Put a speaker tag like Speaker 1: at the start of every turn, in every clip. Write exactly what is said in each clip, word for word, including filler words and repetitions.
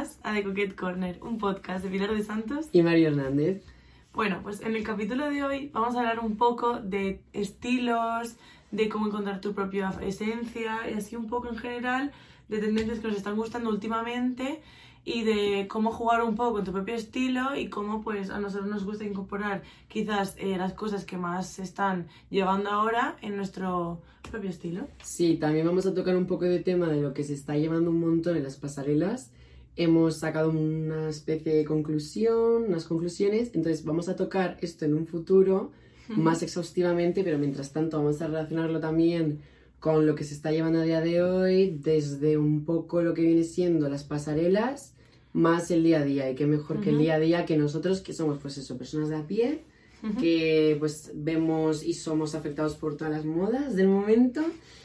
Speaker 1: más a The Coquette Corner, un podcast de Pilar de Santos
Speaker 2: y Mario Hernández.
Speaker 1: Bueno, pues en el capítulo de hoy vamos a hablar un poco de estilos, de cómo encontrar tu propia esencia y así un poco en general de tendencias que nos están gustando últimamente y de cómo jugar un poco con tu propio estilo y cómo pues a nosotros nos gusta incorporar quizás eh, las cosas que más se están llevando ahora en nuestro propio estilo.
Speaker 2: Sí, también vamos a tocar un poco de tema de lo que se está llevando un montón en las pasarelas. Hemos sacado una especie de conclusión, unas conclusiones, entonces vamos a tocar esto en un futuro más exhaustivamente, pero mientras tanto vamos a relacionarlo también con lo que se está llevando a día de hoy, desde un poco lo que viene siendo las pasarelas, más el día a día. Y qué mejor uh-huh. que el día a día que nosotros, que somos pues eso, personas de a pie, uh-huh. que pues vemos y somos afectados por todas las modas del momento.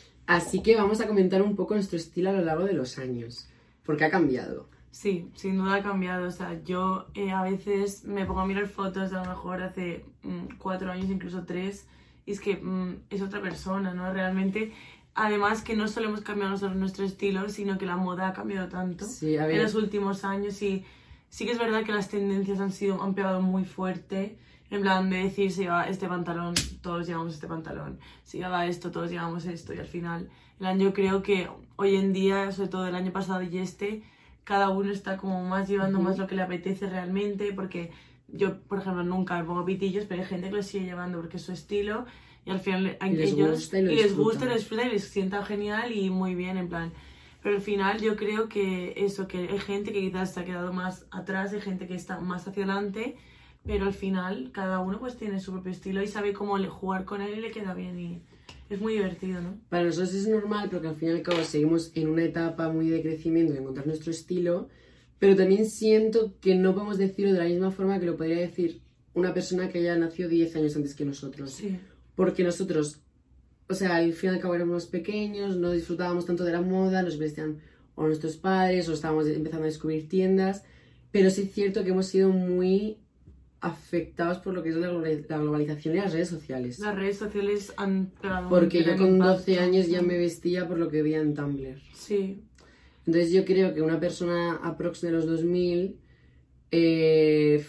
Speaker 2: Así que vamos a comentar un poco nuestro estilo a lo largo de los años, porque ha cambiado.
Speaker 1: Sí, sin duda ha cambiado. O sea, yo eh, a veces me pongo a mirar fotos de a lo mejor hace mm, cuatro años, incluso tres, y es que mm, es otra persona, ¿no? Realmente, además que no solo hemos cambiado nosotros nuestro estilo, sino que la moda ha cambiado tanto
Speaker 2: sí, a ver.
Speaker 1: en los últimos años y sí que es verdad que las tendencias han sido, han pegado muy fuerte. En plan de decir, si lleva este pantalón, todos llevamos este pantalón. Si lleva esto, todos llevamos esto. Y al final, en plan, yo creo que hoy en día, sobre todo el año pasado y este, cada uno está como más llevando uh-huh. más lo que le apetece realmente, porque yo, por ejemplo, nunca me pongo pitillos, pero hay gente que lo sigue llevando porque es su estilo y al final
Speaker 2: y les
Speaker 1: ellos
Speaker 2: gusta y, lo
Speaker 1: y les gusta,
Speaker 2: disfrutan.
Speaker 1: les disfruta y les sienta genial y muy bien, en plan. Pero al final yo creo que eso, que hay gente que quizás se ha quedado más atrás, hay gente que está más hacia adelante, pero al final cada uno pues tiene su propio estilo y sabe cómo jugar con él y le queda bien y es muy divertido, ¿no?
Speaker 2: Para nosotros es normal porque al fin y al cabo seguimos en una etapa muy de crecimiento, de encontrar nuestro estilo, pero también siento que no podemos decirlo de la misma forma que lo podría decir una persona que haya nacido diez años antes que nosotros.
Speaker 1: Sí.
Speaker 2: Porque nosotros, o sea, al fin y al cabo éramos pequeños, no disfrutábamos tanto de la moda, nos vestían o nuestros padres o estábamos empezando a descubrir tiendas, pero sí es cierto que hemos sido muy afectados por lo que es la globalización y las redes sociales.
Speaker 1: Las redes sociales han pegado
Speaker 2: porque yo con
Speaker 1: impacto.
Speaker 2: doce años ya me vestía por lo que veía en Tumblr.
Speaker 1: Sí.
Speaker 2: Entonces yo creo que una persona aprox de los dos mil eh,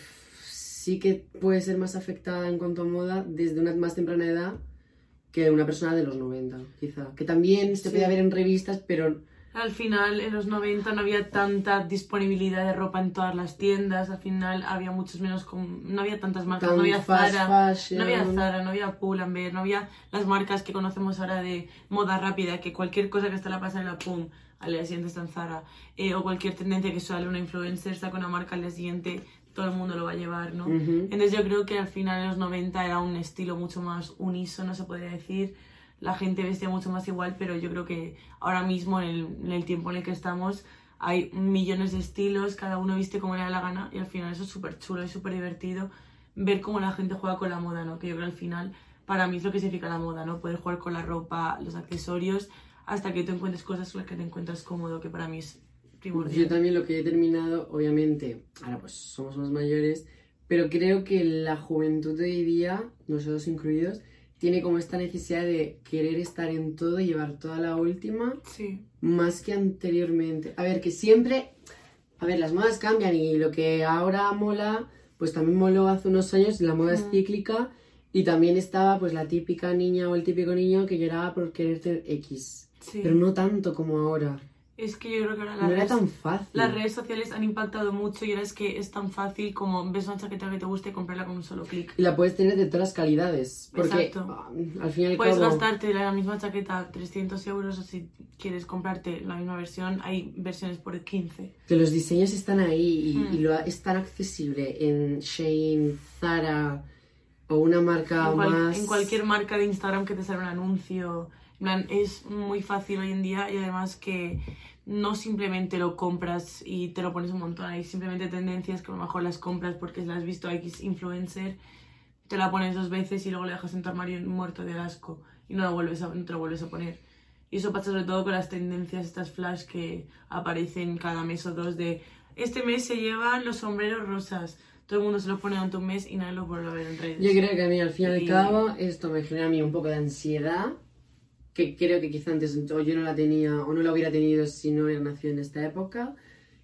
Speaker 2: sí que puede ser más afectada en cuanto a moda desde una más temprana edad que una persona de los noventa, quizá. Que también se
Speaker 1: sí.
Speaker 2: puede ver en revistas, pero
Speaker 1: al final, en los noventa no había tanta disponibilidad de ropa en todas las tiendas, al final había muchos menos, con... no había tantas marcas,
Speaker 2: Tan
Speaker 1: no había Zara,
Speaker 2: fashion.
Speaker 1: no había Zara, no había Pull&Bear, no había las marcas que conocemos ahora de moda rápida, que cualquier cosa que está en la pasarela, pum, al día siguiente está en Zara, eh, o cualquier tendencia que sale una influencer, saca una marca al día siguiente, todo el mundo lo va a llevar, ¿no?
Speaker 2: Uh-huh.
Speaker 1: Entonces yo creo que al final en los noventa era un estilo mucho más unísono, se podría decir. La gente vestía mucho más igual, pero yo creo que ahora mismo, en el, en el tiempo en el que estamos, hay millones de estilos, cada uno viste como le da la gana y al final eso es súper chulo y súper divertido ver cómo la gente juega con la moda, ¿no? Que yo creo que al final, para mí es lo que significa la moda, ¿no? Poder jugar con la ropa, los accesorios, hasta que tú encuentres cosas con las que te encuentras cómodo, que para mí es primordial.
Speaker 2: Yo también lo que he terminado, obviamente, ahora pues somos más mayores, pero creo que la juventud de hoy día, nosotros incluidos, tiene como esta necesidad de querer estar en todo y llevar toda la última,
Speaker 1: sí.
Speaker 2: más que anteriormente. A ver, que siempre... A ver, las modas cambian y lo que ahora mola, pues también moló hace unos años, la moda mm. es cíclica y también estaba pues la típica niña o el típico niño que lloraba por querer tener X.
Speaker 1: Sí.
Speaker 2: Pero no tanto como ahora.
Speaker 1: Es que yo creo que ahora las,
Speaker 2: no era
Speaker 1: redes,
Speaker 2: tan fácil.
Speaker 1: las redes sociales han impactado mucho y ahora es que es tan fácil como ves una chaqueta que te guste y comprarla con un solo clic.
Speaker 2: Y la puedes tener de todas las calidades. Porque
Speaker 1: Exacto.
Speaker 2: al fin y al
Speaker 1: puedes
Speaker 2: cabo...
Speaker 1: gastarte la misma chaqueta trescientos euros o si quieres comprarte la misma versión, hay versiones por quince.
Speaker 2: Que los diseños están ahí y,
Speaker 1: hmm.
Speaker 2: y lo, es tan accesible en Shein, Zara o una marca
Speaker 1: en cual,
Speaker 2: más...
Speaker 1: En cualquier marca de Instagram que te sale un anuncio. En plan, es muy fácil hoy en día y además que... no simplemente lo compras y te lo pones un montón, hay simplemente tendencias que a lo mejor las compras porque las has visto a X influencer, te la pones dos veces y luego le dejas en tu armario muerto de asco y no, la vuelves a, no te lo vuelves a poner. Y eso pasa sobre todo con las tendencias, estas flash que aparecen cada mes o dos de este mes se llevan los sombreros rosas, todo el mundo se los pone durante un mes y nadie los vuelve a ver en redes.
Speaker 2: Yo creo que a mí al fin y al
Speaker 1: y...
Speaker 2: cabo esto me genera a mí un poco de ansiedad, que creo que quizá antes o yo no la tenía o no la hubiera tenido si no hubiera nacido en esta época,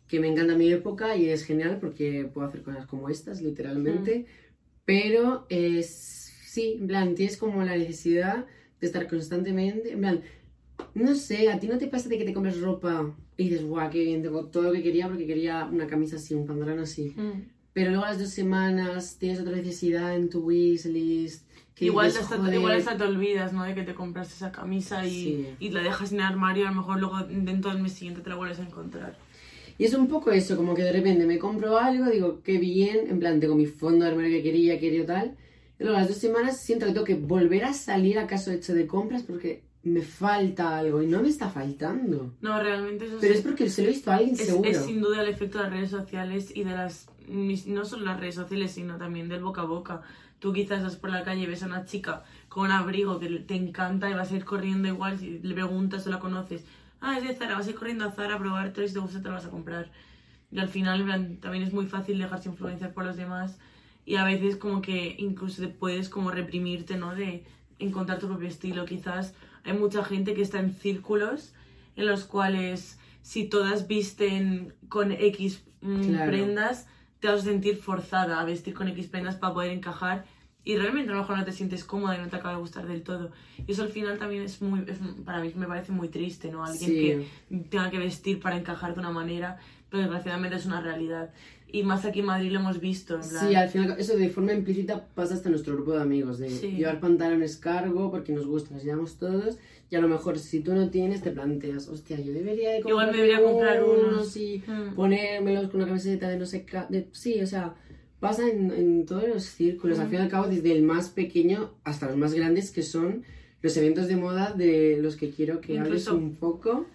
Speaker 2: que me encanta mi época y es genial porque puedo hacer cosas como estas, literalmente, mm. pero es, sí, en plan, tienes como la necesidad de estar constantemente, en plan, no sé, ¿a ti no te pasa de que te compras ropa y dices, guau, qué bien, tengo todo lo que quería porque quería una camisa así, un pantalón así, mm. pero luego a las dos semanas tienes otra necesidad en tu wishlist?
Speaker 1: Igual, dices, hasta, igual hasta te olvidas, ¿no? De que te compras esa camisa y, sí. y la dejas en el armario, a lo mejor luego dentro del mes siguiente te la vuelves a encontrar.
Speaker 2: Y es un poco eso, como que de repente me compro algo, digo, qué bien, en plan, tengo mi fondo de armario que quería, quería tal, y luego a las dos semanas siento que tengo que volver a salir a caso hecho de compras porque me falta algo y no me está faltando.
Speaker 1: No, realmente eso
Speaker 2: Pero
Speaker 1: es...
Speaker 2: es porque se lo he visto a alguien
Speaker 1: es,
Speaker 2: seguro.
Speaker 1: Es sin duda el efecto de las redes sociales y de las... no solo las redes sociales, sino también del boca a boca. Tú quizás vas por la calle y ves a una chica con un abrigo que te encanta y vas a ir corriendo igual, si le preguntas o la conoces, ah, es de Zara, vas a ir corriendo a Zara a probártelo y si te gusta te lo vas a comprar. Y al final también es muy fácil dejarse influenciar por los demás y a veces como que incluso te puedes como reprimirte, ¿no? De encontrar tu propio estilo. Quizás hay mucha gente que está en círculos en los cuales si todas visten con X mmm, claro. prendas, te vas a sentir forzada a vestir con X prendas para poder encajar y realmente a lo mejor no te sientes cómoda y no te acaba de gustar del todo. Y eso al final también es muy, es, para mí me parece muy triste, ¿no? Alguien sí. que tenga que vestir para encajar de una manera, pero desgraciadamente es una realidad. Y más aquí en Madrid lo hemos visto, en plan...
Speaker 2: Sí, al final eso de forma implícita pasa hasta en nuestro grupo de amigos, de sí. llevar pantalones cargo porque nos gusta, nos llevamos todos, y a lo mejor si tú no tienes te planteas, hostia, yo debería de comprar,
Speaker 1: Igual me debería comprar unos,
Speaker 2: unos y hmm. ponérmelos con una camiseta de no sé qué, de... sí, o sea, pasa en, en todos los círculos, hmm. al fin y al cabo desde el más pequeño hasta los más grandes que son los eventos de moda de los que quiero que
Speaker 1: Incluso...
Speaker 2: hables un poco,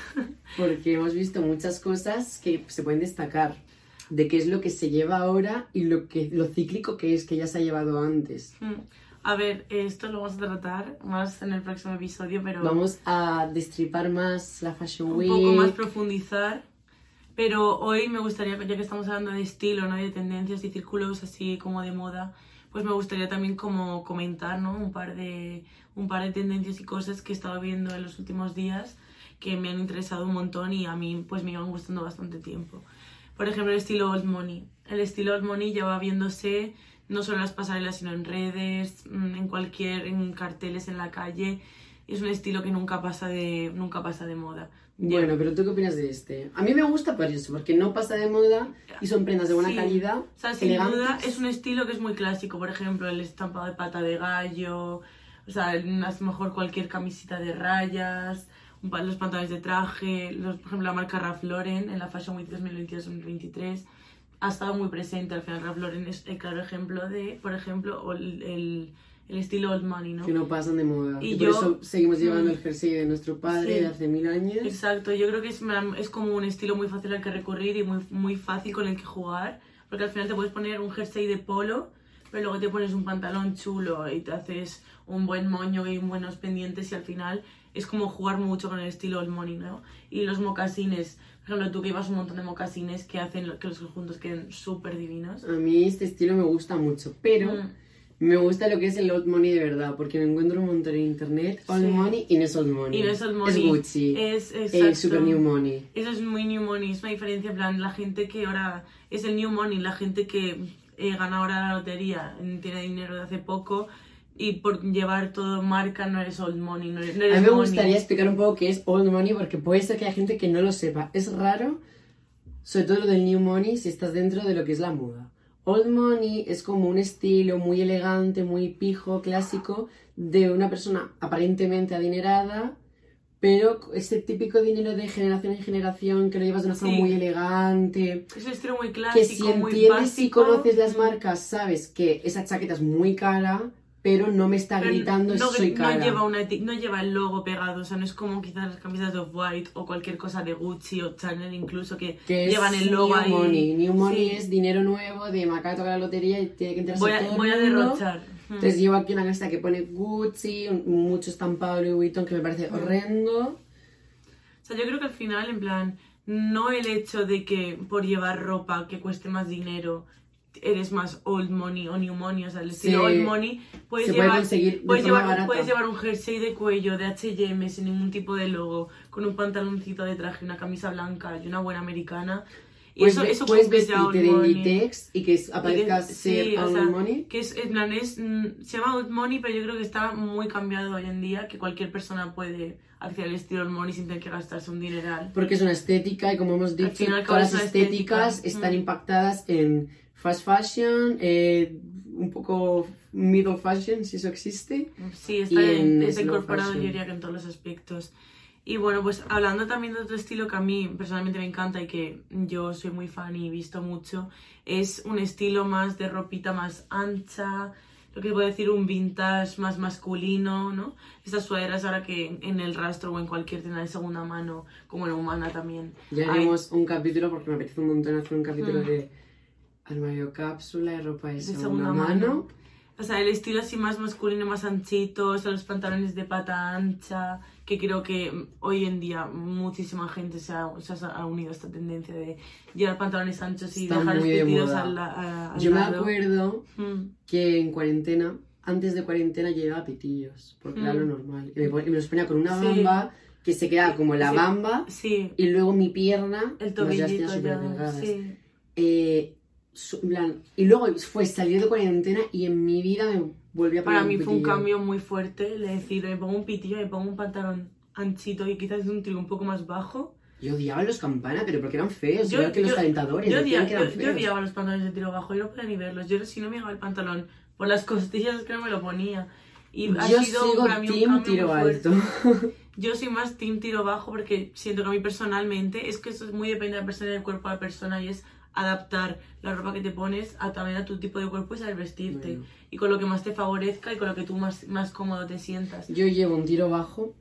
Speaker 2: porque hemos visto muchas cosas que se pueden destacar. De qué es lo que se lleva ahora y lo que lo cíclico que es, que ya se ha llevado antes.
Speaker 1: A ver, esto lo vamos a tratar más en el próximo episodio, pero...
Speaker 2: Vamos a destripar más la Fashion Week.
Speaker 1: Un poco más profundizar. Pero hoy me gustaría, ya que estamos hablando de estilo, ¿no? De tendencias y círculos así como de moda, pues me gustaría también como comentar, ¿no? Un par de, un par de tendencias y cosas que he estado viendo en los últimos días que me han interesado un montón y a mí pues me iban gustando bastante tiempo. Por ejemplo, el estilo old money. El estilo old money lleva viéndose no solo en las pasarelas, sino en redes, en cualquier, en carteles en la calle. Es un estilo que nunca pasa de, nunca pasa de moda.
Speaker 2: Bueno, pero ¿tú qué opinas de este? A mí me gusta por eso, porque no pasa de moda y son prendas de buena
Speaker 1: sí.
Speaker 2: calidad,
Speaker 1: o sea, sin
Speaker 2: elegantes.
Speaker 1: duda es un estilo que es muy clásico. Por ejemplo, el estampado de pata de gallo, o sea, a lo mejor cualquier camisita de rayas, los pantalones de traje, los, por ejemplo la marca Ralph Lauren en la Fashion Week dos mil veintidós dos mil veintitrés ha estado muy presente. Al final Ralph Lauren es el claro ejemplo de, por ejemplo, el, el, el estilo old money, ¿no?
Speaker 2: Que no pasan de moda.
Speaker 1: Y,
Speaker 2: y
Speaker 1: yo,
Speaker 2: por eso seguimos llevando mm, el jersey de nuestro padre sí, de hace mil años.
Speaker 1: Exacto, yo creo que es, es como un estilo muy fácil al que recurrir y muy, muy fácil con el que jugar, porque al final te puedes poner un jersey de polo, pero luego te pones un pantalón chulo y te haces un buen moño y buenos pendientes y al final es como jugar mucho con el estilo old money, ¿no? Y los mocasines, por ejemplo, tú que llevas un montón de mocasines que hacen que los conjuntos queden súper divinos.
Speaker 2: A mí este estilo me gusta mucho, pero mm. me gusta lo que es el old money de verdad, porque me encuentro un montón en internet, old sí. money y no es old money.
Speaker 1: Y no es old money.
Speaker 2: Es Gucci,
Speaker 1: es
Speaker 2: el super new money.
Speaker 1: Eso es muy new money, es una diferencia, en plan, la gente que ahora es el new money, la gente que eh, gana ahora la lotería, tiene dinero de hace poco, y por llevar todo marca no eres old money, no eres, no eres
Speaker 2: A mí me
Speaker 1: money.
Speaker 2: gustaría explicar un poco qué es old money porque puede ser que haya gente que no lo sepa. Es raro, sobre todo lo del new money, si estás dentro de lo que es la moda. Old money es como un estilo muy elegante, muy pijo, clásico, de una persona aparentemente adinerada, pero ese típico dinero de generación en generación que lo llevas de una forma sí. muy elegante.
Speaker 1: Es un estilo muy clásico,
Speaker 2: que si
Speaker 1: muy
Speaker 2: entiendes y
Speaker 1: básico.
Speaker 2: conoces las marcas, sabes que esa chaqueta es muy cara, pero no me está
Speaker 1: pero
Speaker 2: gritando
Speaker 1: no,
Speaker 2: soy cara.
Speaker 1: No lleva, una no lleva el logo pegado, o sea, no es como quizás las camisas de Off-White o cualquier cosa de Gucci o Chanel incluso que,
Speaker 2: que
Speaker 1: llevan el logo
Speaker 2: new
Speaker 1: ahí.
Speaker 2: Money. New money
Speaker 1: sí.
Speaker 2: es dinero nuevo de me acaba de tocar la lotería y tiene que entrarse
Speaker 1: voy a,
Speaker 2: todo
Speaker 1: voy
Speaker 2: el
Speaker 1: a
Speaker 2: mundo.
Speaker 1: derrochar.
Speaker 2: Entonces hmm. llevo aquí una camiseta que pone Gucci, mucho estampado Louis Vuitton que me parece hmm. horrendo.
Speaker 1: O sea, yo creo que al final, en plan, no el hecho de que por llevar ropa que cueste más dinero eres más old money o new money, o sea, el estilo sí, old money, puedes,
Speaker 2: se
Speaker 1: llevar,
Speaker 2: puede conseguir de
Speaker 1: puedes,
Speaker 2: forma
Speaker 1: llevar,
Speaker 2: barata.
Speaker 1: puedes llevar un jersey de cuello de H and M sin ningún tipo de logo, con un pantaloncito de traje, una camisa blanca y una buena americana, Y
Speaker 2: Pues
Speaker 1: eso,
Speaker 2: ve-
Speaker 1: eso
Speaker 2: puedes
Speaker 1: cumple ya
Speaker 2: vestirte
Speaker 1: Old
Speaker 2: de
Speaker 1: Money.
Speaker 2: Inditex y que aparezca
Speaker 1: Sí,
Speaker 2: ser
Speaker 1: o
Speaker 2: Old
Speaker 1: sea,
Speaker 2: Money.
Speaker 1: que es, en plan, es, mm, se llama Old Money, pero yo creo que está muy cambiado hoy en día, que cualquier persona puede hacer el estilo Old Money sin tener que gastarse un dineral.
Speaker 2: Porque es una estética y como hemos dicho,
Speaker 1: fin y al cabo
Speaker 2: todas
Speaker 1: es
Speaker 2: las
Speaker 1: una
Speaker 2: estéticas
Speaker 1: estética.
Speaker 2: están
Speaker 1: Mm.
Speaker 2: impactadas en fast fashion, eh, un poco middle fashion, si eso existe.
Speaker 1: Sí, está,
Speaker 2: Y en
Speaker 1: está
Speaker 2: slow
Speaker 1: incorporado
Speaker 2: fashion.
Speaker 1: yo diría que en todos los aspectos. Y bueno, pues hablando también de otro estilo que a mí personalmente me encanta y que yo soy muy fan y he visto mucho, es un estilo más de ropita más ancha, lo que se puede decir un vintage más masculino, ¿no? Estas sudaderas ahora que en el Rastro o en cualquier tienda de segunda mano, como en Humana también.
Speaker 2: Ya
Speaker 1: hay
Speaker 2: haremos un capítulo porque me apetece un montón hacer un capítulo
Speaker 1: Mm.
Speaker 2: de armario cápsula de ropa de,
Speaker 1: de
Speaker 2: segunda,
Speaker 1: segunda
Speaker 2: mano.
Speaker 1: mano. O sea, el estilo así más masculino, más anchito, o sea, los pantalones de pata ancha, que creo que hoy en día muchísima gente se ha, se ha unido a esta tendencia de llevar pantalones anchos y
Speaker 2: Está
Speaker 1: dejar los
Speaker 2: muy de
Speaker 1: pitidos
Speaker 2: moda.
Speaker 1: al, a- al
Speaker 2: Yo me
Speaker 1: lado.
Speaker 2: acuerdo
Speaker 1: Mm.
Speaker 2: que en cuarentena, antes de cuarentena, llevaba pitillos, porque era
Speaker 1: Mm.
Speaker 2: lo normal. Y me, pon- y me los ponía con una
Speaker 1: Sí.
Speaker 2: bamba que se quedaba como la
Speaker 1: Sí.
Speaker 2: bamba
Speaker 1: Sí,
Speaker 2: y luego mi pierna,
Speaker 1: el
Speaker 2: las ya
Speaker 1: tobillito
Speaker 2: tenía súper
Speaker 1: ya,
Speaker 2: delgadas.
Speaker 1: sí.
Speaker 2: Eh, su- en plan, y luego fue salir de cuarentena y en mi vida me volví a poner
Speaker 1: Para mí fue un
Speaker 2: pitillo.
Speaker 1: cambio muy fuerte, de decir, me pongo un pitillo, me pongo un pantalón anchito y quizás de un trigo un poco más bajo.
Speaker 2: Yo odiaba los campana, pero porque eran feos,
Speaker 1: Yo-
Speaker 2: igual que los
Speaker 1: yo-
Speaker 2: calentadores,
Speaker 1: Yo,
Speaker 2: decían
Speaker 1: odia-
Speaker 2: que eran
Speaker 1: yo- yo
Speaker 2: feos.
Speaker 1: odiaba los pantalones de tiro bajo, yo no podía ni verlos. Yo si no me llegaba el pantalón por las costillas es que no me lo ponía. Y ha
Speaker 2: Yo
Speaker 1: sido
Speaker 2: sigo
Speaker 1: para mí un
Speaker 2: team
Speaker 1: cambio
Speaker 2: tiro
Speaker 1: muy
Speaker 2: alto.
Speaker 1: fuerte. Yo soy más team tiro bajo porque siento que a mí personalmente, es que eso es muy depende de la persona, del cuerpo de la persona y es adaptar la ropa que te pones a también a tu tipo de cuerpo y saber vestirte.
Speaker 2: Bueno.
Speaker 1: Y con lo que más te favorezca y con lo que tú más, más cómodo te sientas.
Speaker 2: Yo llevo un tiro bajo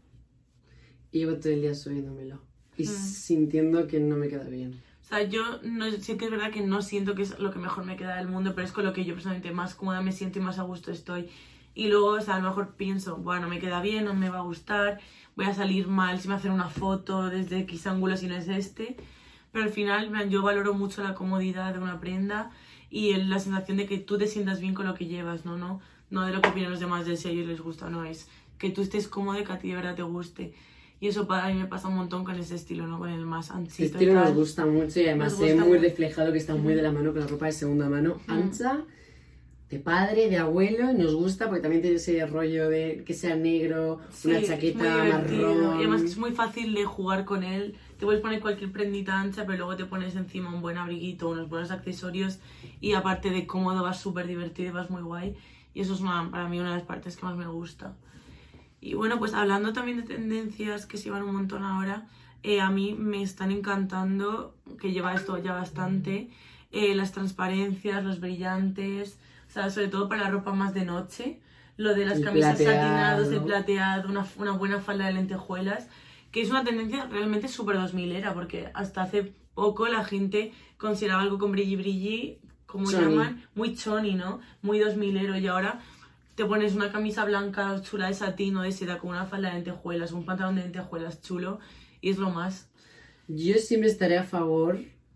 Speaker 2: y llevo todo el día subiéndomelo y
Speaker 1: Mm.
Speaker 2: sintiendo que no me queda bien.
Speaker 1: O sea, yo no, sí que es verdad que no siento que es lo que mejor me queda del mundo, pero es con lo que yo personalmente más cómoda me siento y más a gusto estoy. Y luego, o sea, a lo mejor pienso, bueno, me queda bien, no me va a gustar, voy a salir mal si me hacen una foto desde X ángulo si no es este. Pero al final, en plan, yo valoro mucho la comodidad de una prenda y el- la sensación de que tú te sientas bien con lo que llevas, ¿no? No, no de lo que opinan los demás de si a ellos les gusta o no, es que tú estés cómodo y que a ti de verdad te guste. Y eso para mí me pasa un montón con ese estilo, ¿no? Con el más anchito.
Speaker 2: Este estilo
Speaker 1: y
Speaker 2: nos
Speaker 1: tal.
Speaker 2: gusta mucho y además
Speaker 1: Nos
Speaker 2: se ve
Speaker 1: gusta
Speaker 2: muy
Speaker 1: mucho.
Speaker 2: reflejado que está muy de la mano con la ropa de segunda mano,
Speaker 1: Mm.
Speaker 2: ancha, de padre, de abuelo, y nos gusta porque también tiene ese rollo de que sea negro,
Speaker 1: Sí,
Speaker 2: una
Speaker 1: es
Speaker 2: chaqueta
Speaker 1: muy divertido.
Speaker 2: marrón.
Speaker 1: Y además que es muy fácil de jugar con él. Te puedes poner cualquier prendita ancha, pero luego te pones encima un buen abriguito, unos buenos accesorios y aparte de cómodo vas súper divertido y vas muy guay. Y eso es una, para mí una de las partes que más me gusta. Y bueno, pues hablando también de tendencias que se llevan un montón ahora, eh, a mí me están encantando, que lleva esto ya bastante, eh, las transparencias, los brillantes, o sea, sobre todo para la ropa más de noche, lo de las
Speaker 2: El
Speaker 1: camisas
Speaker 2: plateado.
Speaker 1: satinadas, el plateado, una, una buena falda de lentejuelas, que es una tendencia realmente súper dos milera, porque hasta hace poco la gente consideraba algo con brilli brilli, como
Speaker 2: Choni.
Speaker 1: llaman, muy choni, ¿no? Muy dos milero, y ahora te pones una camisa blanca chula de satín o de seda con una falda de lentejuelas, un pantalón de lentejuelas chulo, y es lo más.
Speaker 2: Yo siempre estaré a favor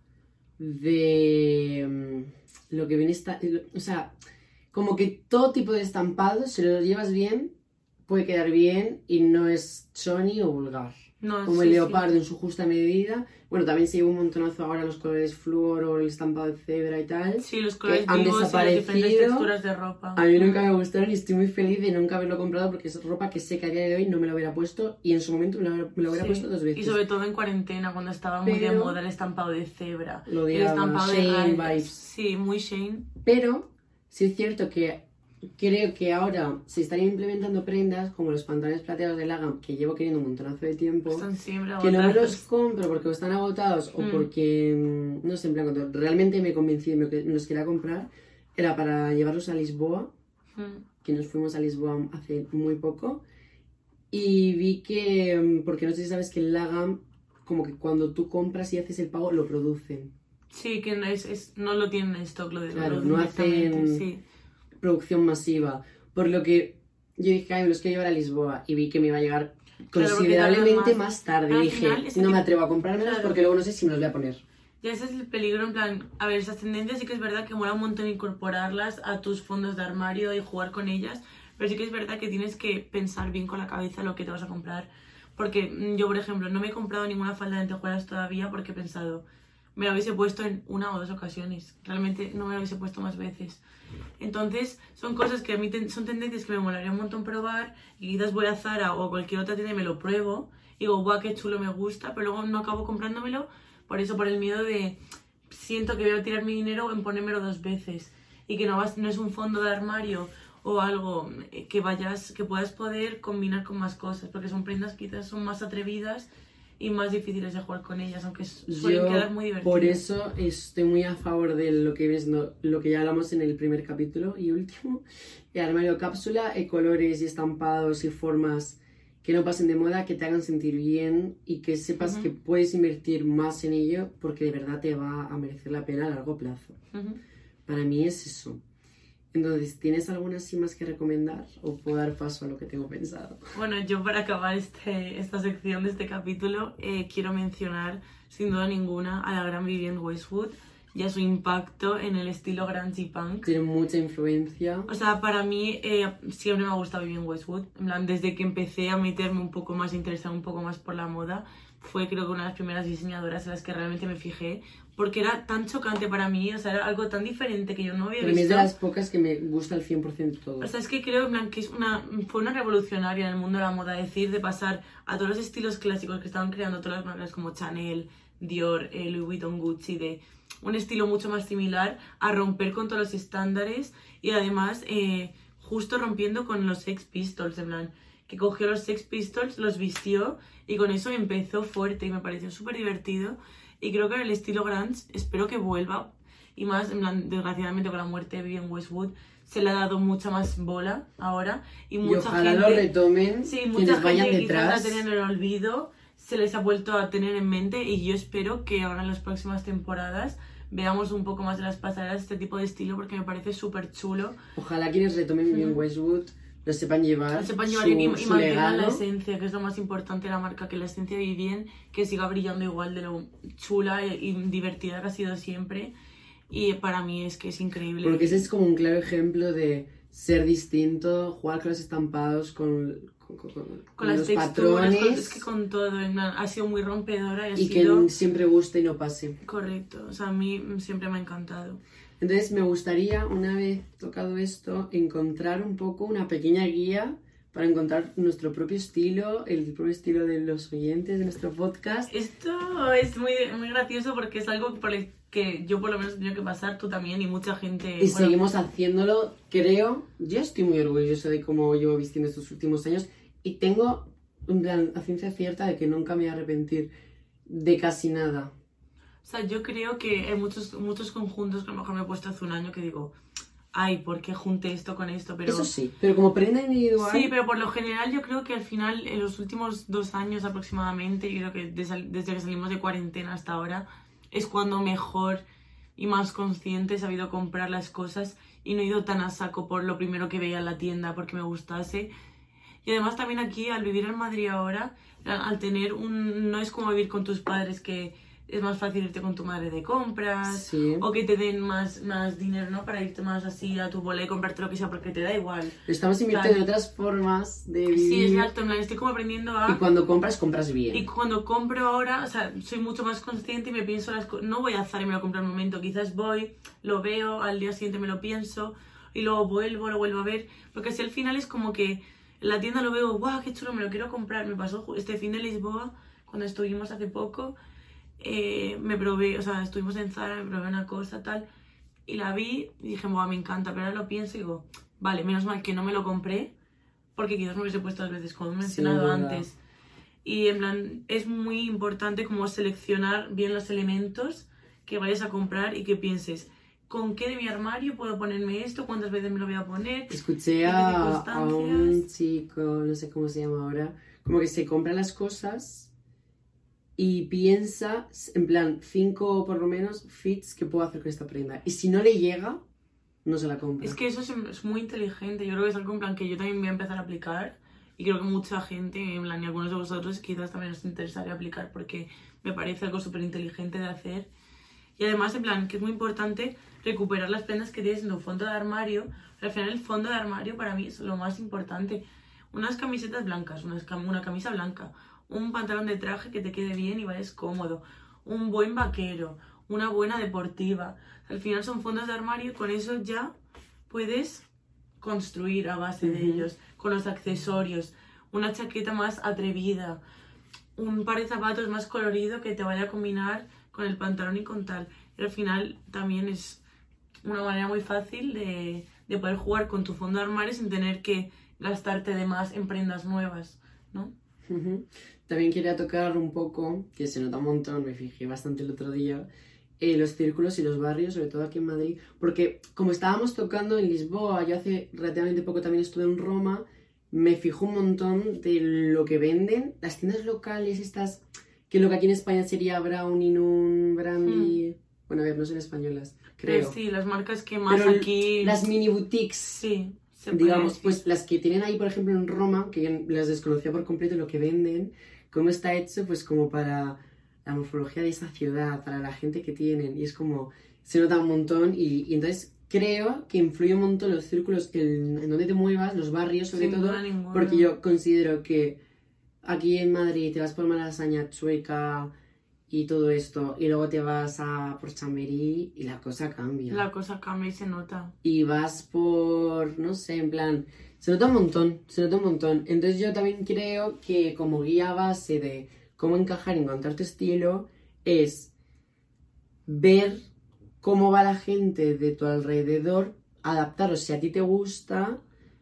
Speaker 2: de mm, lo que viene esta, o sea, como que todo tipo de estampado, si lo llevas bien, puede quedar bien y no es choni o vulgar.
Speaker 1: No,
Speaker 2: Como
Speaker 1: sí,
Speaker 2: el
Speaker 1: sí.
Speaker 2: leopardo en su justa medida. Bueno, también se lleva un montonazo ahora los colores flúor o el estampado de cebra y tal.
Speaker 1: Sí, los colores
Speaker 2: han
Speaker 1: vivos y las diferentes
Speaker 2: desaparecido.
Speaker 1: texturas de ropa.
Speaker 2: A mí nunca me gustaron y estoy muy feliz de nunca haberlo comprado porque es ropa que sé que a día de hoy no me lo hubiera puesto y en su momento me lo, me lo hubiera
Speaker 1: Sí.
Speaker 2: puesto dos veces.
Speaker 1: Y sobre todo en cuarentena, cuando estaba muy de
Speaker 2: Pero-
Speaker 1: moda el estampado de cebra.
Speaker 2: Lo
Speaker 1: el
Speaker 2: odiaba,
Speaker 1: estampado de
Speaker 2: Shane
Speaker 1: rayas.
Speaker 2: vibes.
Speaker 1: Sí, muy Shane.
Speaker 2: Pero sí es cierto que creo que ahora se están implementando prendas como los pantalones plateados de Lagam, que llevo queriendo un montonazo de tiempo,
Speaker 1: Están siempre
Speaker 2: que no me
Speaker 1: agotados.
Speaker 2: los compro porque están agotados o
Speaker 1: Mm.
Speaker 2: porque, mm, no sé, en plan, cuando realmente me convencí de que me los quería comprar, era para llevarlos a Lisboa,
Speaker 1: Mm.
Speaker 2: que nos fuimos a Lisboa hace muy poco, y vi que, mm, porque no sé si sabes que el Lagam, como que cuando tú compras y haces el pago, lo producen.
Speaker 1: Sí, que no, es, es- no lo tienen en stock, lo de
Speaker 2: Claro,
Speaker 1: lo
Speaker 2: no
Speaker 1: directamente,
Speaker 2: hacen-
Speaker 1: sí.
Speaker 2: Producción masiva, por lo que yo dije, ay, me los quiero llevar a Lisboa y vi que me iba a llegar
Speaker 1: porque
Speaker 2: considerablemente
Speaker 1: tardan más.
Speaker 2: más tarde.
Speaker 1: Pero al
Speaker 2: Y dije,
Speaker 1: final, ese
Speaker 2: no me
Speaker 1: tipo-
Speaker 2: atrevo a comprármelos
Speaker 1: Claro.
Speaker 2: porque luego no sé si me los voy a poner.
Speaker 1: Ya ese es el peligro, en plan, a ver, esas tendencias sí que es verdad que mola un montón incorporarlas a tus fondos de armario y jugar con ellas, pero sí que es verdad que tienes que pensar bien con la cabeza lo que te vas a comprar, porque mm, yo, por ejemplo, no me he comprado ninguna falda de lentejuelas todavía porque he pensado, me lo hubiese puesto en una o dos ocasiones. Realmente no me lo hubiese puesto más veces. Entonces, son cosas que a mí ten- son tendencias que me molaría un montón probar. Y quizás voy a Zara o a cualquier otra tienda y me lo pruebo. Y digo, guau, qué chulo, me gusta. Pero luego no acabo comprándomelo. Por eso, por el miedo de... Siento que voy a tirar mi dinero en ponérmelo dos veces. Y que no, vas, no es un fondo de armario o algo que vayas, que puedas poder combinar con más cosas. Porque son prendas que quizás son más atrevidas y más difíciles de jugar con ellas, aunque suelen
Speaker 2: Yo,
Speaker 1: quedar muy divertidas.
Speaker 2: por eso estoy muy a favor de lo que ves, no, lo que ya hablamos en el primer capítulo y último, el armario cápsula, eh, colores y estampados y formas que no pasen de moda, que te hagan sentir bien y que sepas
Speaker 1: Ujú.
Speaker 2: que puedes invertir más en ello porque de verdad te va a merecer la pena a largo plazo.
Speaker 1: Ujú.
Speaker 2: Para mí es eso. Entonces, ¿tienes alguna así más que recomendar o puedo dar paso a lo que tengo pensado?
Speaker 1: Bueno, yo para acabar este, esta sección de este capítulo eh, quiero mencionar sin duda ninguna a la gran Vivienne Westwood y a su impacto en el estilo grunge y punk.
Speaker 2: Tiene mucha influencia.
Speaker 1: O sea, para mí eh, siempre me ha gustado Vivienne Westwood. En plan, desde que empecé a meterme un poco más, a interesarme un poco más por la moda, fue creo que una de las primeras diseñadoras en las que realmente me fijé, porque era tan chocante para mí, o sea, era algo tan diferente que yo no había
Speaker 2: Para mí es
Speaker 1: visto.
Speaker 2: de las pocas que me gusta al cien por ciento todo.
Speaker 1: O sea, es que creo en plan, que es una, fue una revolucionaria en el mundo de la moda, decir, de pasar a todos los estilos clásicos que estaban creando todas las marcas como Chanel, Dior, eh, Louis Vuitton, Gucci, de un estilo mucho más similar, a romper con todos los estándares y además eh, justo rompiendo con los Sex Pistols, en plan, que cogió los Sex Pistols, los vistió y con eso empezó fuerte y me pareció súper divertido. Y creo que en el estilo grunge espero que vuelva. Y más, en plan, desgraciadamente con la muerte de Vivienne Westwood se le ha dado mucha más bola ahora. Y
Speaker 2: Y
Speaker 1: mucha
Speaker 2: ojalá
Speaker 1: gente,
Speaker 2: lo retomen,
Speaker 1: sí,
Speaker 2: quienes
Speaker 1: mucha
Speaker 2: vayan
Speaker 1: gente que quizás
Speaker 2: detrás.
Speaker 1: la tenía en el olvido, se les ha vuelto a tener en mente. Y yo espero que ahora en las próximas temporadas veamos un poco más de las pasarelas, este tipo de estilo, porque me parece súper chulo.
Speaker 2: Ojalá quienes retomen Vivienne
Speaker 1: Ujú.
Speaker 2: Westwood lo sepan llevar,
Speaker 1: Que sepan llevar
Speaker 2: su,
Speaker 1: y, y
Speaker 2: su
Speaker 1: mantengan
Speaker 2: legado.
Speaker 1: la esencia, que es lo más importante de la marca, que la esencia vive bien, que siga brillando igual de lo chula y, y divertida que ha sido siempre. Y para mí es que es increíble.
Speaker 2: Porque ese es como un claro ejemplo de ser distinto, jugar con los estampados, con, con, con- con
Speaker 1: con las
Speaker 2: los
Speaker 1: texturas,
Speaker 2: patrones
Speaker 1: con- es que con todo, en plan, ha sido muy rompedora y ha
Speaker 2: y
Speaker 1: sido
Speaker 2: que siempre guste y no pase.
Speaker 1: correcto. O sea, a mí siempre me ha encantado.
Speaker 2: Entonces me gustaría, una vez tocado esto, encontrar un poco una pequeña guía para encontrar nuestro propio estilo, el propio estilo de los oyentes de nuestro podcast.
Speaker 1: Esto es muy, muy gracioso porque es algo por el que yo por lo menos he tenido que pasar, tú también y mucha gente.
Speaker 2: Y
Speaker 1: bueno,
Speaker 2: seguimos haciéndolo, creo. Yo estoy muy orgulloso de cómo llevo vistiendo estos últimos años y tengo, en plan, a ciencia cierta de que nunca me voy a arrepentir de casi nada.
Speaker 1: O sea, yo creo que hay muchos, muchos conjuntos que a lo mejor me he puesto hace un año que digo, ay, ¿por qué junté esto con esto? Pero
Speaker 2: Eso sí, pero como prenda individual,
Speaker 1: sí, pero por lo general yo creo que al final, en los últimos dos años aproximadamente, yo creo que desde, desde que salimos de cuarentena hasta ahora, es cuando mejor y más consciente he sabido comprar las cosas y no he ido tan a saco por lo primero que veía en la tienda porque me gustase. Y además también aquí, al vivir en Madrid ahora, al tener un... no es como vivir con tus padres que es más fácil irte con tu madre de compras,
Speaker 2: sí.
Speaker 1: o que te den más, más dinero, ¿no? Para irte más así a tu bola y comprarte lo que sea porque te da igual.
Speaker 2: Estamos invirtiendo en
Speaker 1: Claro.
Speaker 2: otras formas de vivir.
Speaker 1: Sí, exacto, en plan, estoy como aprendiendo a...
Speaker 2: Y cuando compras, compras bien.
Speaker 1: Y cuando compro ahora, o sea, soy mucho más consciente y me pienso las cosas. No voy a Zara y me lo compro al momento. Quizás voy, lo veo, al día siguiente me lo pienso y luego vuelvo, lo vuelvo a ver. Porque así al final es como que en la tienda lo veo, guau, qué chulo, me lo quiero comprar. Me pasó ju- este fin de Lisboa, cuando estuvimos hace poco, eh, me probé, o sea, estuvimos en Zara, me probé una cosa, tal, y la vi y dije, guau, me encanta. Pero ahora lo pienso y digo, vale, menos mal que no me lo compré, porque quizás me hubiese puesto dos veces, como he mencionado
Speaker 2: verdad.
Speaker 1: antes. Y en plan, es muy importante como seleccionar bien los elementos que vayas a comprar y que pienses, ¿con qué de mi armario puedo ponerme esto? ¿Cuántas veces me lo voy a poner?
Speaker 2: Escuché
Speaker 1: ¿En qué
Speaker 2: a, a un
Speaker 1: circunstancias?
Speaker 2: chico, no sé cómo se llama ahora, como que se compra las cosas y piensa, en plan, cinco por lo menos fits que puedo hacer con esta prenda. Y si no le llega, no se la compra.
Speaker 1: Es que eso es, es muy inteligente. Yo creo que es algo en plan que yo también voy a empezar a aplicar. Y creo que mucha gente, en plan, y algunos de vosotros, quizás también os interesaría aplicar porque me parece algo súper inteligente de hacer. Y además, en plan, que es muy importante recuperar las prendas que tienes en tu fondo de armario. Al final, el fondo de armario para mí es lo más importante. Unas camisetas blancas, unas cam- una camisa blanca, un pantalón de traje que te quede bien y vayas cómodo, un buen vaquero, una buena deportiva. Al final son fondos de armario y con eso ya puedes construir a base de
Speaker 2: Ujú.
Speaker 1: ellos, con los accesorios, una chaqueta más atrevida, un par de zapatos más colorido que te vaya a combinar con el pantalón y con tal. Y al final también es una manera muy fácil de, de poder jugar con tu fondo de armario sin tener que gastarte de más en prendas nuevas, ¿no?
Speaker 2: Ujú. También quería tocar un poco, que se nota un montón, me fijé bastante el otro día, eh, los círculos y los barrios, sobre todo aquí en Madrid, porque como estábamos tocando en Lisboa, yo hace relativamente poco también estuve en Roma, me fijo un montón de lo que venden, las tiendas locales estas, que lo que aquí en España sería Brownie, Nun, Brandy, bueno, a ver, no son españolas, creo.
Speaker 1: Pero sí, las marcas que más
Speaker 2: Pero
Speaker 1: aquí...
Speaker 2: las mini boutiques,
Speaker 1: Sí, se puede
Speaker 2: digamos,
Speaker 1: decir.
Speaker 2: pues las que tienen ahí, por ejemplo, en Roma, que yo las desconocía por completo lo que venden, cómo está hecho, pues como para la morfología de esa ciudad, para la gente que tienen, y es como, se nota un montón, y, y entonces creo que influye un montón los círculos en, en donde te muevas, los barrios sobre
Speaker 1: Sin
Speaker 2: todo,
Speaker 1: duda ninguna.
Speaker 2: porque yo considero que aquí en Madrid te vas por Malasaña, Chueca y todo esto, y luego te vas a por Chamberí y la cosa cambia.
Speaker 1: La cosa cambia y se nota.
Speaker 2: Y vas por, no sé, en plan, se nota un montón, se nota un montón. Entonces yo también creo que como guía base de cómo encajar y encontrar tu estilo es ver cómo va la gente de tu alrededor, adaptaros si a ti te gusta,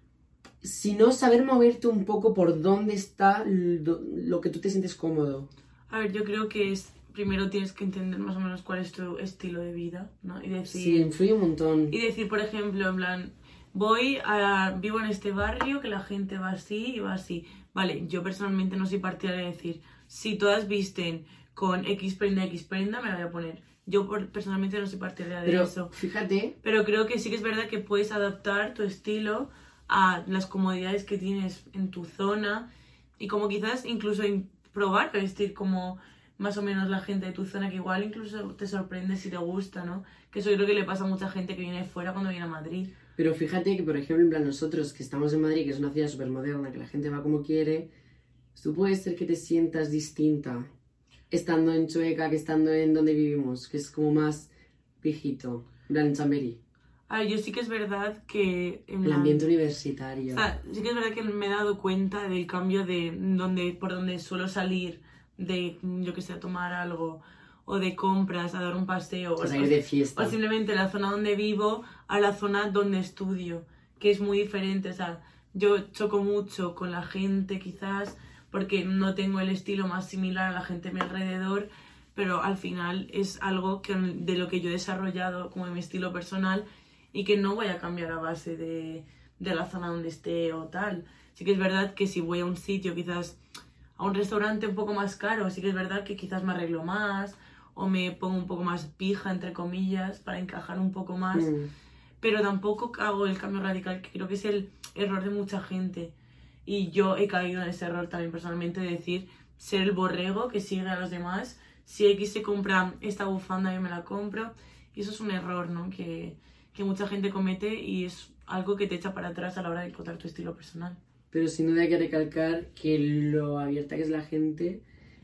Speaker 2: si no, saber moverte un poco por dónde está lo, lo que tú te sientes cómodo.
Speaker 1: A ver, yo creo que es... Primero tienes que entender más o menos cuál es tu estilo de vida, ¿no? Y decir...
Speaker 2: Sí, influye un montón.
Speaker 1: Y decir, por ejemplo, en plan, voy a... Vivo en este barrio que la gente va así y va así. Vale, yo personalmente no soy partidaria de decir, si todas visten con X prenda, X prenda, me la voy a poner. Yo por- personalmente no soy partidaria de
Speaker 2: Pero
Speaker 1: eso.
Speaker 2: fíjate,
Speaker 1: Pero creo que sí que es verdad que puedes adaptar tu estilo a las comodidades que tienes en tu zona y como quizás incluso in- probar vestir como más o menos la gente de tu zona, que igual incluso te sorprende si te gusta, ¿no? Que eso yo creo que le pasa a mucha gente que viene de fuera cuando viene a Madrid.
Speaker 2: pero fíjate que, por ejemplo, en plan nosotros que estamos en Madrid, que es una ciudad súper moderna, que la gente va como quiere, tú puedes ser que te sientas distinta estando en Chueca que estando en donde vivimos, que es como más viejito, en plan en Chamberí.
Speaker 1: A ver, yo sí que es verdad que... En
Speaker 2: El
Speaker 1: plan-
Speaker 2: ambiente universitario.
Speaker 1: O sea, sí que es verdad que me he dado cuenta del cambio de donde, por donde suelo salir, de, yo que sé, a tomar algo, o de compras, a dar un paseo,
Speaker 2: O salir de fiesta.
Speaker 1: o simplemente la zona donde vivo a la zona donde estudio, que es muy diferente. O sea, yo choco mucho con la gente quizás, porque no tengo el estilo más similar a la gente a mi alrededor, pero al final es algo que, de lo que yo he desarrollado como mi estilo personal y que no voy a cambiar a base de, de la zona donde esté o tal. Sí que es verdad que si voy a un sitio, quizás a un restaurante un poco más caro, sí que es verdad que quizás me arreglo más o me pongo un poco más pija, entre comillas, para encajar un poco más.
Speaker 2: Mm.
Speaker 1: Pero tampoco hago el cambio radical, que creo que es el error de mucha gente. Y yo he caído en ese error también personalmente de decir, ser el borrego que sigue a los demás. Si X se compra esta bufanda, yo me la compro. Y eso es un error, ¿no? Que, que mucha gente comete y es algo que te echa para atrás a la hora de encontrar tu estilo personal.
Speaker 2: Pero sin duda hay que recalcar que lo abierta que es la gente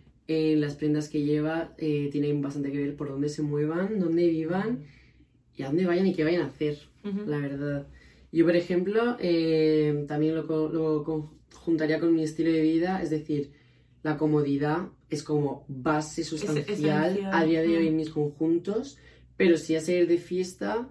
Speaker 2: en las prendas que lleva eh, tiene bastante que ver por dónde se muevan, dónde vivan y a dónde vayan y qué vayan a hacer,
Speaker 1: Ujú.
Speaker 2: la verdad. Yo, por ejemplo, eh, también lo, co- lo conjuntaría con mi estilo de vida, es decir, la comodidad es como base sustancial
Speaker 1: esencial.
Speaker 2: a día de hoy
Speaker 1: Mm.
Speaker 2: en mis conjuntos, pero si a salir de fiesta,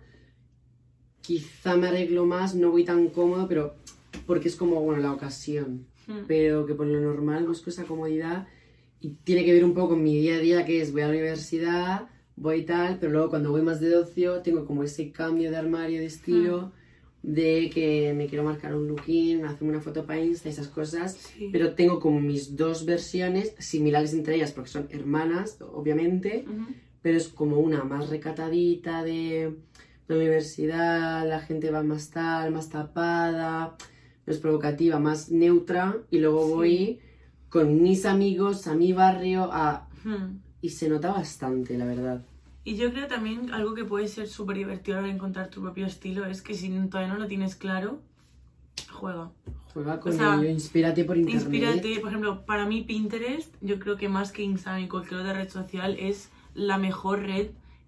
Speaker 2: quizá me arreglo más, no voy tan cómodo, pero porque es como, bueno, la ocasión.
Speaker 1: Mm.
Speaker 2: Pero que por lo normal busco esa comodidad y tiene que ver un poco con mi día a día, que es voy a la universidad, voy tal, pero luego cuando voy más de ocio tengo como ese cambio de armario, de estilo, de que me quiero marcar un looking, hacerme una foto para Insta, esas cosas,
Speaker 1: Sí.
Speaker 2: pero tengo como mis dos versiones similares entre ellas porque son hermanas, obviamente,
Speaker 1: Ujú.
Speaker 2: pero es como una más recatadita de la universidad, la gente va más tal, más tapada, no es provocativa, más neutra, y luego
Speaker 1: Sí.
Speaker 2: voy con mis amigos a mi barrio a...
Speaker 1: Mm.
Speaker 2: y se nota bastante, la verdad.
Speaker 1: Y yo creo también algo que puede ser súper divertido a la hora de encontrar tu propio estilo es que si todavía no lo tienes claro, juega.
Speaker 2: Juega con
Speaker 1: O sea,
Speaker 2: ello, inspírate por internet.
Speaker 1: Inspírate, por ejemplo, para mí Pinterest, yo creo que más que Instagram y cualquier otra red social es la mejor red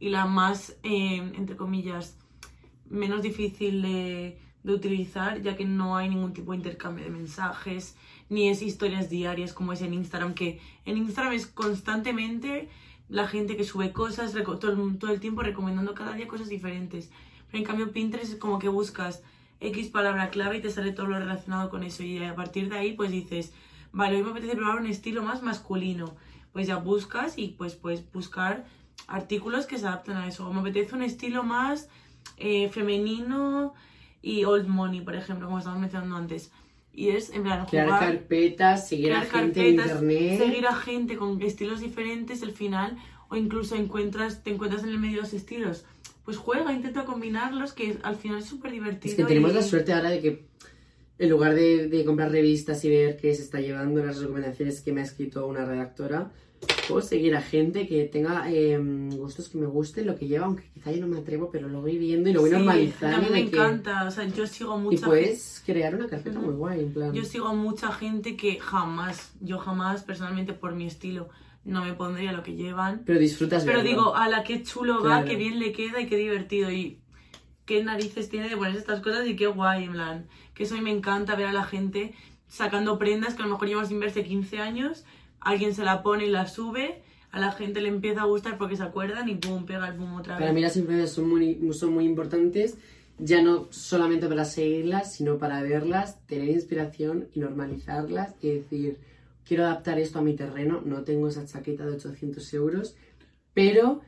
Speaker 1: y la más, eh, entre comillas, menos difícil de, de utilizar, ya que no hay ningún tipo de intercambio de mensajes, ni es historias diarias como es en Instagram, que en Instagram es constantemente la gente que sube cosas, todo el, todo el tiempo recomendando cada día cosas diferentes. Pero en cambio Pinterest es como que buscas X palabra clave y te sale todo lo relacionado con eso, y a partir de ahí pues dices, vale, hoy me apetece probar un estilo más masculino, pues ya buscas y pues puedes buscar artículos que se adapten a eso. O me apetece un estilo más eh, femenino y old money, por ejemplo, como estábamos mencionando antes. Y es, en plan,
Speaker 2: crear
Speaker 1: jugar,
Speaker 2: carpetas, seguir
Speaker 1: crear
Speaker 2: a gente
Speaker 1: carpetas,
Speaker 2: en internet.
Speaker 1: seguir a gente con estilos diferentes al final, o incluso encuentras, te encuentras en el medio de los estilos. Pues juega, intenta combinarlos, que al final es súper divertido.
Speaker 2: Es que tenemos
Speaker 1: y...
Speaker 2: la suerte ahora de que en lugar de, de comprar revistas y ver qué se está llevando, las recomendaciones que me ha escrito una redactora, puedo seguir a gente que tenga eh, gustos que me gusten, lo que lleva, aunque quizá yo no me atrevo, pero lo voy viendo y lo voy
Speaker 1: sí,
Speaker 2: normalizando.
Speaker 1: A mí me
Speaker 2: que...
Speaker 1: encanta, o sea, yo sigo mucha
Speaker 2: Y puedes gente... crear una carpeta
Speaker 1: uh-huh.
Speaker 2: muy guay, en plan.
Speaker 1: Yo sigo a mucha gente que jamás, yo jamás, personalmente, por mi estilo, no me pondría lo que llevan.
Speaker 2: Pero disfrutas
Speaker 1: Pero
Speaker 2: verlo.
Speaker 1: digo, ala, qué chulo
Speaker 2: claro.
Speaker 1: va, qué bien le queda y qué divertido. Y qué narices tiene de ponerse estas cosas y qué guay, en plan. Que eso a mí me encanta ver a la gente sacando prendas que a lo mejor llevan sin verse quince años, alguien se la pone y la sube, a la gente le empieza a gustar porque se acuerdan y pum, pega el boom otra vez.
Speaker 2: Para mí las influencias son muy, son muy importantes, ya no solamente para seguirlas, sino para verlas, tener inspiración y normalizarlas y decir, quiero adaptar esto a mi terreno, no tengo esa chaqueta de ochocientos euros, pero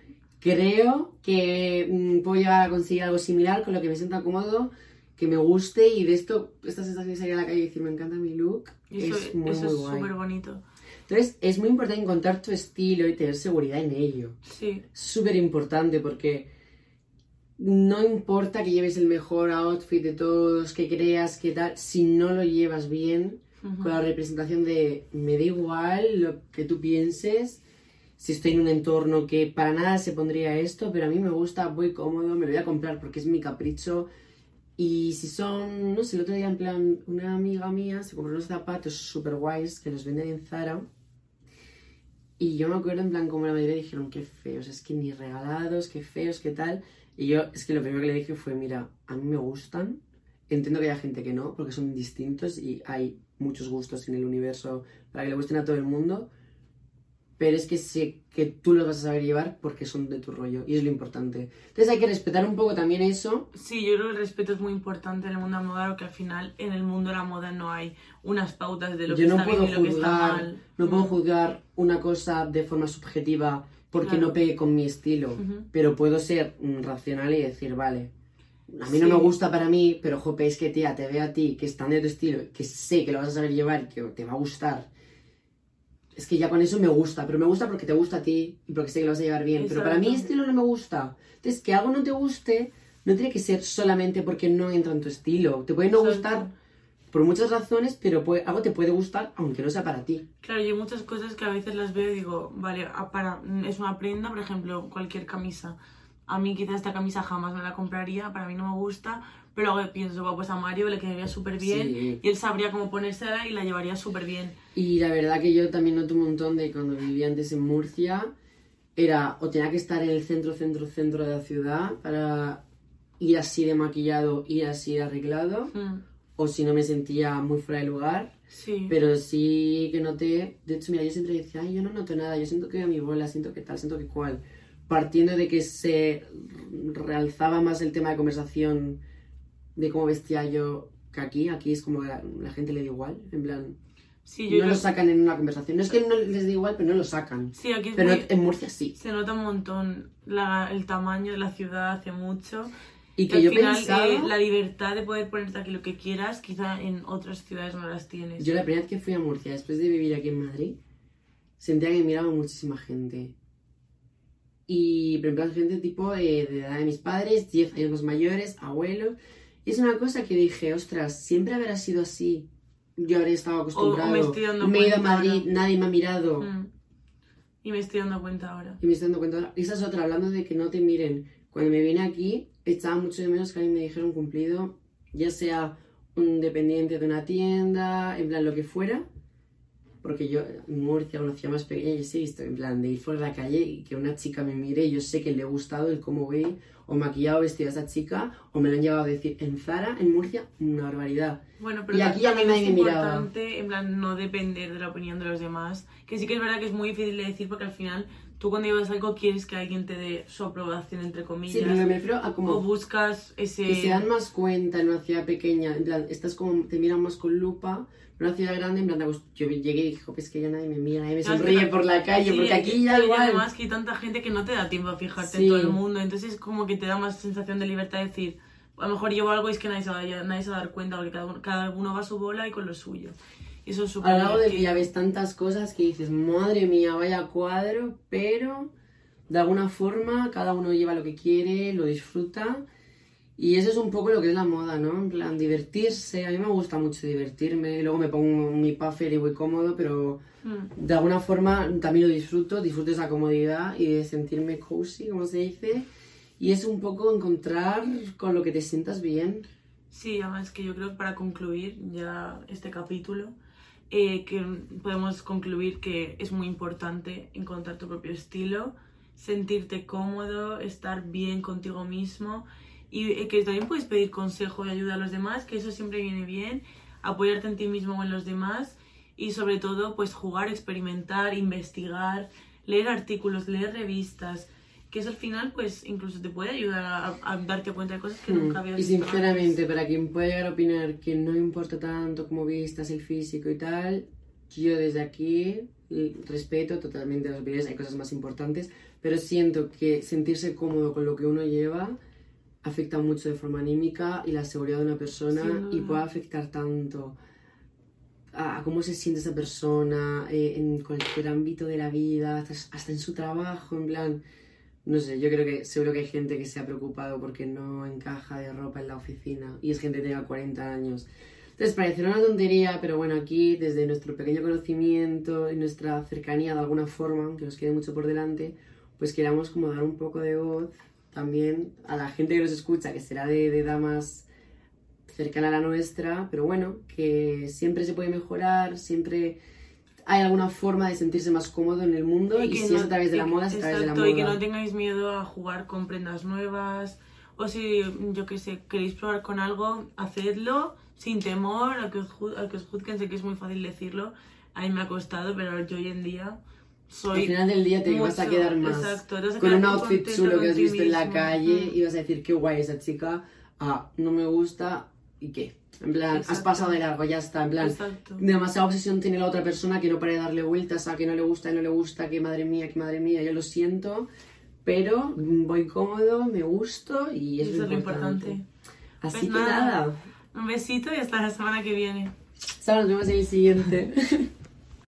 Speaker 2: creo que mmm, puedo llegar a conseguir algo similar con lo que me sienta cómodo, que me guste, y de esto, esta sensación de salir a la calle y decir, me encanta mi look,
Speaker 1: eso,
Speaker 2: es muy,
Speaker 1: eso
Speaker 2: muy
Speaker 1: es
Speaker 2: guay.
Speaker 1: súper bonito.
Speaker 2: Entonces, es muy importante encontrar tu estilo y tener seguridad en ello.
Speaker 1: Sí.
Speaker 2: Súper importante, porque no importa que lleves el mejor outfit de todos, que creas que tal, si no lo llevas bien, uh-huh. con la representación de me da igual lo que tú pienses, si estoy en un entorno que para nada se pondría esto, pero a mí me gusta, voy cómodo, me lo voy a comprar porque es mi capricho. Y si son, no sé, el otro día en plan, una amiga mía se compró unos zapatos super guays que los venden en Zara. Y yo me acuerdo en plan como la mayoría dijeron, qué feos, es que ni regalados, qué feos, qué tal. Y yo, es que lo primero que le dije fue, mira, a mí me gustan, entiendo que haya gente que no, porque son distintos y hay muchos gustos en el universo para que le gusten a todo el mundo. Pero es que sé que tú los vas a saber llevar porque son de tu rollo y es lo importante. Entonces hay que respetar un poco también eso.
Speaker 1: Sí, yo creo que el respeto es muy importante en el mundo de la moda, porque al final en el mundo de la moda no hay unas pautas de lo
Speaker 2: yo
Speaker 1: que
Speaker 2: no
Speaker 1: está bien y lo que está mal.
Speaker 2: No puedo juzgar una cosa de forma subjetiva porque claro. no pegue con mi estilo, uh-huh. pero puedo ser racional y decir, vale, a mí sí. no me gusta para mí, pero jope, es que tía, te veo a ti, que están de tu estilo, que sé que lo vas a saber llevar, que te va a gustar. Es que ya con eso me gusta, pero me gusta porque te gusta a ti y porque sé que lo vas a llevar bien. Exacto. Pero para mí estilo no me gusta. Entonces, que algo no te guste no tiene que ser solamente porque no entra en tu estilo. Te puede no Exacto. gustar por muchas razones, pero puede, algo te puede gustar aunque no sea para ti.
Speaker 1: Claro, y hay muchas cosas que a veces las veo y digo, vale, para, es una prenda, por ejemplo, cualquier camisa. A mí quizás esta camisa jamás me la compraría, para mí no me gusta, pero luego pienso, pues a Mario le quedaría súper bien sí. y él sabría cómo ponérsela y la llevaría súper bien.
Speaker 2: Y la verdad que yo también noto un montón de cuando vivía antes en Murcia, era o tenía que estar en el centro, centro, centro de la ciudad para ir así de maquillado, ir así de arreglado, mm. o si no me sentía muy fuera de lugar.
Speaker 1: Sí.
Speaker 2: Pero sí que noté, de hecho, mira, yo siempre decía, ay, yo no noto nada, yo siento que a mi bola, siento que tal, siento que cual. Partiendo de que se realzaba más el tema de conversación de cómo vestía yo que aquí, aquí es como la, la gente le da igual, en plan,
Speaker 1: sí, yo
Speaker 2: no
Speaker 1: yo...
Speaker 2: lo sacan en una conversación, no es que no les dé igual, pero no lo sacan.
Speaker 1: Sí, aquí es
Speaker 2: pero
Speaker 1: muy...
Speaker 2: en Murcia sí.
Speaker 1: Se nota un montón la, el tamaño de la ciudad hace mucho.
Speaker 2: Y que
Speaker 1: al
Speaker 2: yo
Speaker 1: final,
Speaker 2: pensaba...
Speaker 1: Eh, la libertad de poder ponerte aquí lo que quieras, quizá en otras ciudades no las tienes.
Speaker 2: Yo la primera vez que fui a Murcia, después de vivir aquí en Madrid, sentía que me miraba muchísima gente. Y, por ejemplo, gente tipo de, de edad de mis padres, diez años más mayores, abuelos. Y es una cosa que dije, ostras, siempre habrá sido así. Yo habría estado acostumbrado.
Speaker 1: O, o me estoy dando
Speaker 2: me he ido a Madrid,
Speaker 1: ahora.
Speaker 2: Nadie me ha mirado.
Speaker 1: Mm. Y me estoy dando cuenta ahora.
Speaker 2: Y me estoy dando cuenta ahora. Esa es otra, hablando de que no te miren. Cuando me vine aquí, echaba mucho de menos que a mí me dijeron cumplido, ya sea un dependiente de una tienda, en plan lo que fuera. porque yo en Murcia, cuando hacía más pequeña, yo sí he visto, en plan, de ir por la calle y que una chica me mire y yo sé que le he gustado el cómo ve o maquillado o vestido a esa chica, o me lo han llevado a decir en Zara, en Murcia, una barbaridad.
Speaker 1: Bueno, pero
Speaker 2: y aquí ya
Speaker 1: también
Speaker 2: nadie
Speaker 1: es
Speaker 2: me miraba.
Speaker 1: importante, en plan, no depender de la opinión de los demás, que sí que es verdad que es muy difícil de decir porque al final tú cuando llevas algo quieres que alguien te dé su aprobación, entre comillas.
Speaker 2: Sí, pero me refiero a como...
Speaker 1: O buscas ese...
Speaker 2: Que se dan más cuenta en una ciudad pequeña, en plan, estás como, te miran más con lupa, en una ciudad grande, en plan, yo llegué y dije, pues que ya nadie me mira, nadie me
Speaker 1: No, es
Speaker 2: sonríe
Speaker 1: que-
Speaker 2: por la calle,
Speaker 1: sí,
Speaker 2: porque aquí ya
Speaker 1: y
Speaker 2: igual...
Speaker 1: además que hay tanta gente que no te da tiempo a fijarte
Speaker 2: Sí.
Speaker 1: en todo el mundo, entonces como que te da más sensación de libertad de decir, a lo mejor llevo algo y es que nadie se va, a- nadie se va a dar cuenta porque cada uno, cada uno va a su bola y con lo suyo. Y eso es súper
Speaker 2: A lo largo del
Speaker 1: divertido.
Speaker 2: día ves tantas cosas que dices, madre mía, vaya cuadro, pero de alguna forma cada uno lleva lo que quiere, lo disfruta. Y eso es un poco lo que es la moda, ¿no? En plan, divertirse. A mí me gusta mucho divertirme. Luego me pongo mi puffer y voy cómodo, pero
Speaker 1: Mm.
Speaker 2: de alguna forma también lo disfruto. Disfruto esa comodidad y de sentirme cozy, como se dice. Y es un poco encontrar con lo que te sientas bien.
Speaker 1: Sí, además que yo creo que para concluir ya este capítulo, eh, que podemos concluir que es muy importante encontrar tu propio estilo, sentirte cómodo, estar bien contigo mismo y eh, que también puedes pedir consejo y ayuda a los demás, que eso siempre viene bien, apoyarte en ti mismo o en los demás y sobre todo pues jugar, experimentar, investigar, leer artículos, leer revistas, que eso al final pues incluso te puede ayudar a, a darte cuenta de cosas que nunca habías
Speaker 2: Y
Speaker 1: visto
Speaker 2: sinceramente,
Speaker 1: antes.
Speaker 2: para quien pueda llegar a opinar que no importa tanto cómo vistas, el físico y tal, yo desde aquí eh, respeto totalmente las opiniones, hay cosas más importantes, pero siento que sentirse cómodo con lo que uno lleva afecta mucho de forma anímica y la seguridad de una persona
Speaker 1: Sin duda.
Speaker 2: y puede afectar tanto a cómo se siente esa persona eh, en cualquier ámbito de la vida, hasta, hasta en su trabajo, en plan... No sé, yo creo que seguro que hay gente que se ha preocupado porque no encaja de ropa en la oficina y es gente que tenga cuarenta años. Entonces parecerá una tontería, pero bueno, aquí desde nuestro pequeño conocimiento y nuestra cercanía de alguna forma, aunque nos quede mucho por delante, pues queramos como dar un poco de voz también a la gente que nos escucha, que será de, de edad más cercana a la nuestra, pero bueno, que siempre se puede mejorar, siempre... hay alguna forma de sentirse más cómodo en el mundo y,
Speaker 1: que
Speaker 2: si
Speaker 1: no-
Speaker 2: es a través de
Speaker 1: y
Speaker 2: la
Speaker 1: que-
Speaker 2: moda, es a través de la
Speaker 1: exacto,
Speaker 2: moda.
Speaker 1: y que no tengáis miedo a jugar con prendas nuevas o si, yo qué sé, queréis probar con algo, hacedlo sin temor a que os, ju- a que os juzguen. Sé que es muy fácil decirlo, a mí me ha costado, pero yo hoy en día soy...
Speaker 2: Al final del día te
Speaker 1: mucho-
Speaker 2: vas a quedar más
Speaker 1: exacto, te vas a
Speaker 2: con
Speaker 1: quedar
Speaker 2: un
Speaker 1: muy
Speaker 2: outfit
Speaker 1: contento
Speaker 2: chulo que
Speaker 1: con
Speaker 2: has
Speaker 1: ti
Speaker 2: visto en la
Speaker 1: mismo.
Speaker 2: calle
Speaker 1: Mm.
Speaker 2: y vas a decir qué guay esa chica, ah, no me gusta y qué. En plan, has
Speaker 1: Exacto.
Speaker 2: pasado de largo, ya está, en plan,
Speaker 1: Exacto.
Speaker 2: demasiada obsesión tiene la otra persona que no para de darle vueltas a que no le gusta y no le gusta, que madre mía, que madre mía, yo lo siento, pero voy cómodo, me gusto y eso,
Speaker 1: Eso
Speaker 2: es lo importante. Así
Speaker 1: Pues
Speaker 2: que
Speaker 1: nada.
Speaker 2: nada,
Speaker 1: Un besito y hasta la semana que viene.
Speaker 2: Sara, nos vemos en el siguiente.